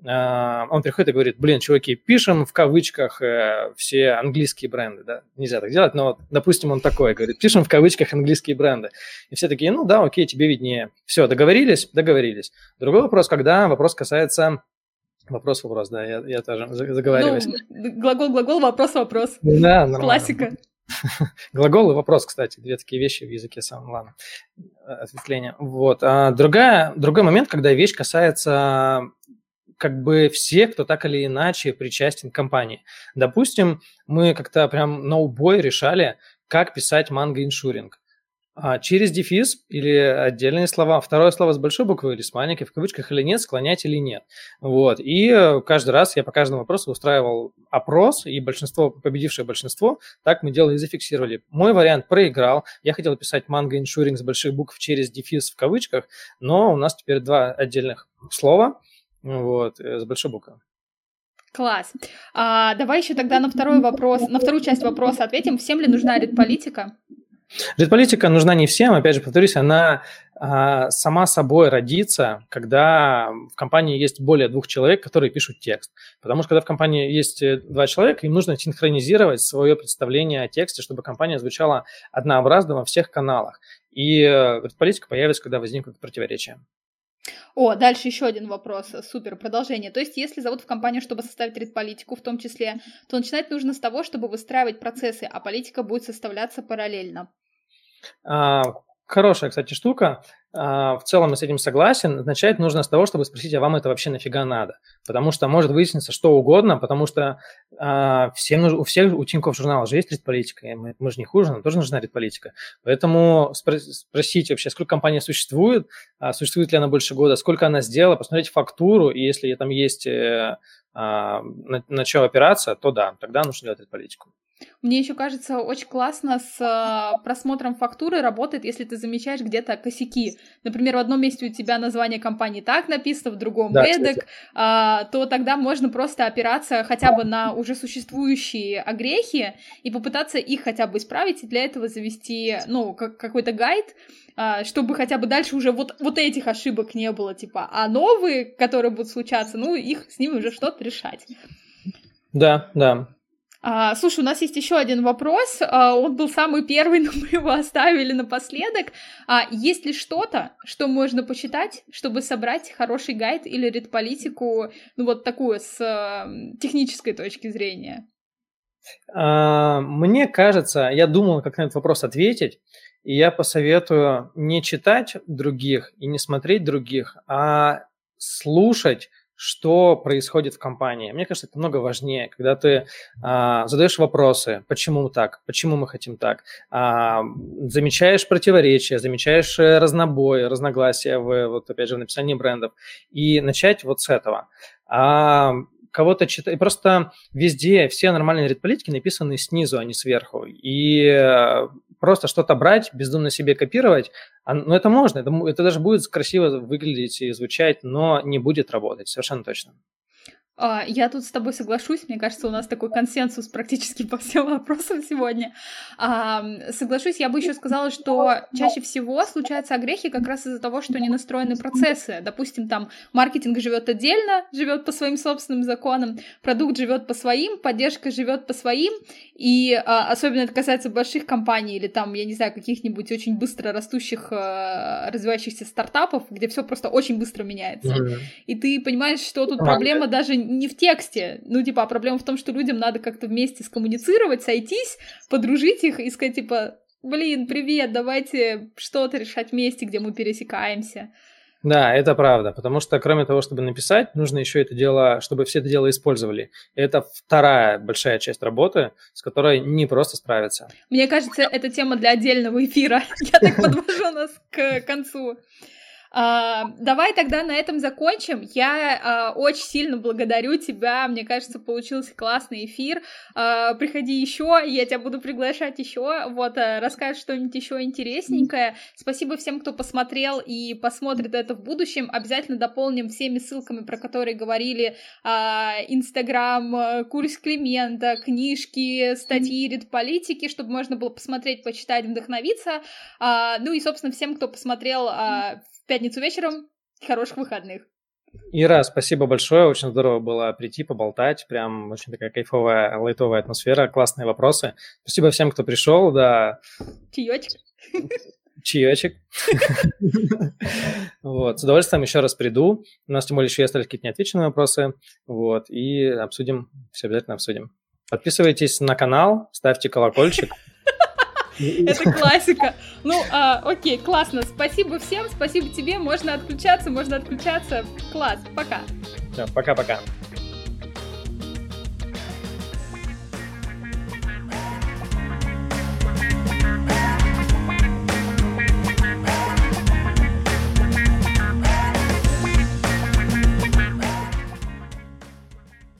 S2: он приходит и говорит, блин, чуваки, пишем в кавычках все английские бренды. Да? Нельзя так делать, но, допустим, он такой говорит, пишем в кавычках английские бренды. И все такие, ну да, окей, тебе виднее. Все, договорились? Договорились. Другой вопрос, когда вопрос касается... Вопрос-вопрос, да, я, я тоже заговариваюсь.
S1: Ну, глагол-глагол, вопрос-вопрос.
S2: Да, нормально.
S1: Классика.
S2: Глагол и вопрос, кстати, две такие вещи в языке самом, ладно, ответвление. Вот. А другая, другой момент, когда вещь касается как бы все, кто так или иначе причастен к компании. Допустим, мы как-то прям на убой решали, как писать манго-иншуринг. Через дефис или отдельные слова. Второе слово с большой буквы или с маленькой, в кавычках или нет, склонять или нет. Вот. И каждый раз я по каждому вопросу устраивал опрос, и большинство, победившее большинство, так мы дело и зафиксировали. Мой вариант проиграл. Я хотел писать манго иншуринг с больших букв через дефис в кавычках, но у нас теперь два отдельных слова вот, с большой буквы.
S1: Класс. А, давай еще тогда на второй вопрос, на вторую часть вопроса ответим. Всем ли нужна редполитика?
S2: Редполитика нужна не всем, опять же, повторюсь, она а, сама собой родится, когда в компании есть более двух человек, которые пишут текст. Потому что когда в компании есть два человека, им нужно синхронизировать свое представление о тексте, чтобы компания звучала однообразно во всех каналах. И редполитика появится, когда возникнут противоречия.
S1: О, дальше еще один вопрос, супер, продолжение. То есть, если зовут в компанию, чтобы составить редполитику в том числе, то начинать нужно с того, чтобы выстраивать процессы, а политика будет составляться параллельно.
S2: А, хорошая, кстати, штука. А, в целом я с этим согласен. Начать нужно с того, чтобы спросить, а вам это вообще нафига надо? Потому что может выясниться что угодно, потому что а, всем нужно, у всех, у Тинькофф журнала же есть редполитика, мы, мы же не хуже, нам тоже нужна редполитика. Поэтому спро- спросить вообще, сколько компания существует, а, существует ли она больше года, сколько она сделала, посмотреть фактуру, и если там есть э, а, на, на что опираться, то да, тогда нужно делать редполитику.
S1: Мне еще кажется, очень классно с э, просмотром фактуры работает, если ты замечаешь где-то косяки. Например, в одном месте у тебя название компании так написано, в другом да, эдак, э, то тогда можно просто опираться хотя бы на уже существующие огрехи и попытаться их хотя бы исправить, и для этого завести, ну, как, какой-то гайд, э, чтобы хотя бы дальше уже вот, вот этих ошибок не было, типа, а новые, которые будут случаться, ну, их с ними уже что-то решать.
S2: Да, да.
S1: А, слушай, у нас есть еще один вопрос. А, он был самый первый, но мы его оставили напоследок. А, есть ли что-то, что можно почитать, чтобы собрать хороший гайд или редполитику, ну вот такую с а, технической точки зрения?
S2: А, мне кажется, я думал, как на этот вопрос ответить, и я посоветую не читать других и не смотреть других, а слушать, что происходит в компании. Мне кажется, это много важнее, когда ты а, задаешь вопросы, почему так, почему мы хотим так, а, замечаешь противоречия, замечаешь разнобой, разногласия в, вот, опять же, в написании брендов, и начать вот с этого. А, кого-то читать. Просто везде все нормальные редполитики написаны снизу, а не сверху. И просто что-то брать, бездумно себе копировать, ну, это можно, это, это даже будет красиво выглядеть и звучать, но не будет работать, совершенно точно.
S1: Я тут с тобой соглашусь, мне кажется, у нас такой консенсус практически по всем вопросам сегодня. Соглашусь, я бы еще сказала, что чаще всего случаются огрехи как раз из-за того, что не настроены процессы. Допустим, там маркетинг живет отдельно, живет по своим собственным законам, продукт живет по своим, поддержка живет по своим, и особенно это касается больших компаний или там, я не знаю, каких-нибудь очень быстро растущих, развивающихся стартапов, где все просто очень быстро меняется. Mm-hmm. И ты понимаешь, что тут проблема даже не в тексте, ну, типа, а проблема в том, что людям надо как-то вместе скоммуницировать, сойтись, подружить их и сказать, типа, блин, привет, давайте что-то решать вместе, где мы пересекаемся.
S2: Да, это правда, потому что кроме того, чтобы написать, нужно еще это дело, чтобы все это дело использовали. И это вторая большая часть работы, с которой не просто справиться.
S1: Мне кажется, это тема для отдельного эфира. Я так подвожу нас к концу. Uh, давай тогда на этом закончим. Я uh, очень сильно благодарю тебя. Мне кажется, получился классный эфир. Uh, приходи еще, я тебя буду приглашать еще. Вот, uh, расскажешь что-нибудь еще интересненькое. Спасибо всем, кто посмотрел и посмотрит это в будущем. Обязательно дополним всеми ссылками, про которые говорили. Инстаграм, uh, курс Климента, книжки, статьи редполитики, чтобы можно было посмотреть, почитать, вдохновиться. Uh, ну и, собственно, всем, кто посмотрел uh, в пятницу вечером. Хороших выходных.
S2: Ира, спасибо большое. Очень здорово было прийти, поболтать. Прям очень такая кайфовая, лайтовая атмосфера, классные вопросы. Спасибо всем, кто пришел. Да.
S1: Чаечек.
S2: Чаечек. Вот. С удовольствием еще раз приду. У нас, тем более, еще остались какие-то неотвеченные вопросы. Вот. И обсудим. Все обязательно обсудим. Подписывайтесь на канал, ставьте колокольчик.
S1: Это классика. Ну, а, окей, классно. Спасибо всем, спасибо тебе. Можно отключаться, можно отключаться. Класс, пока.
S2: Все, пока-пока.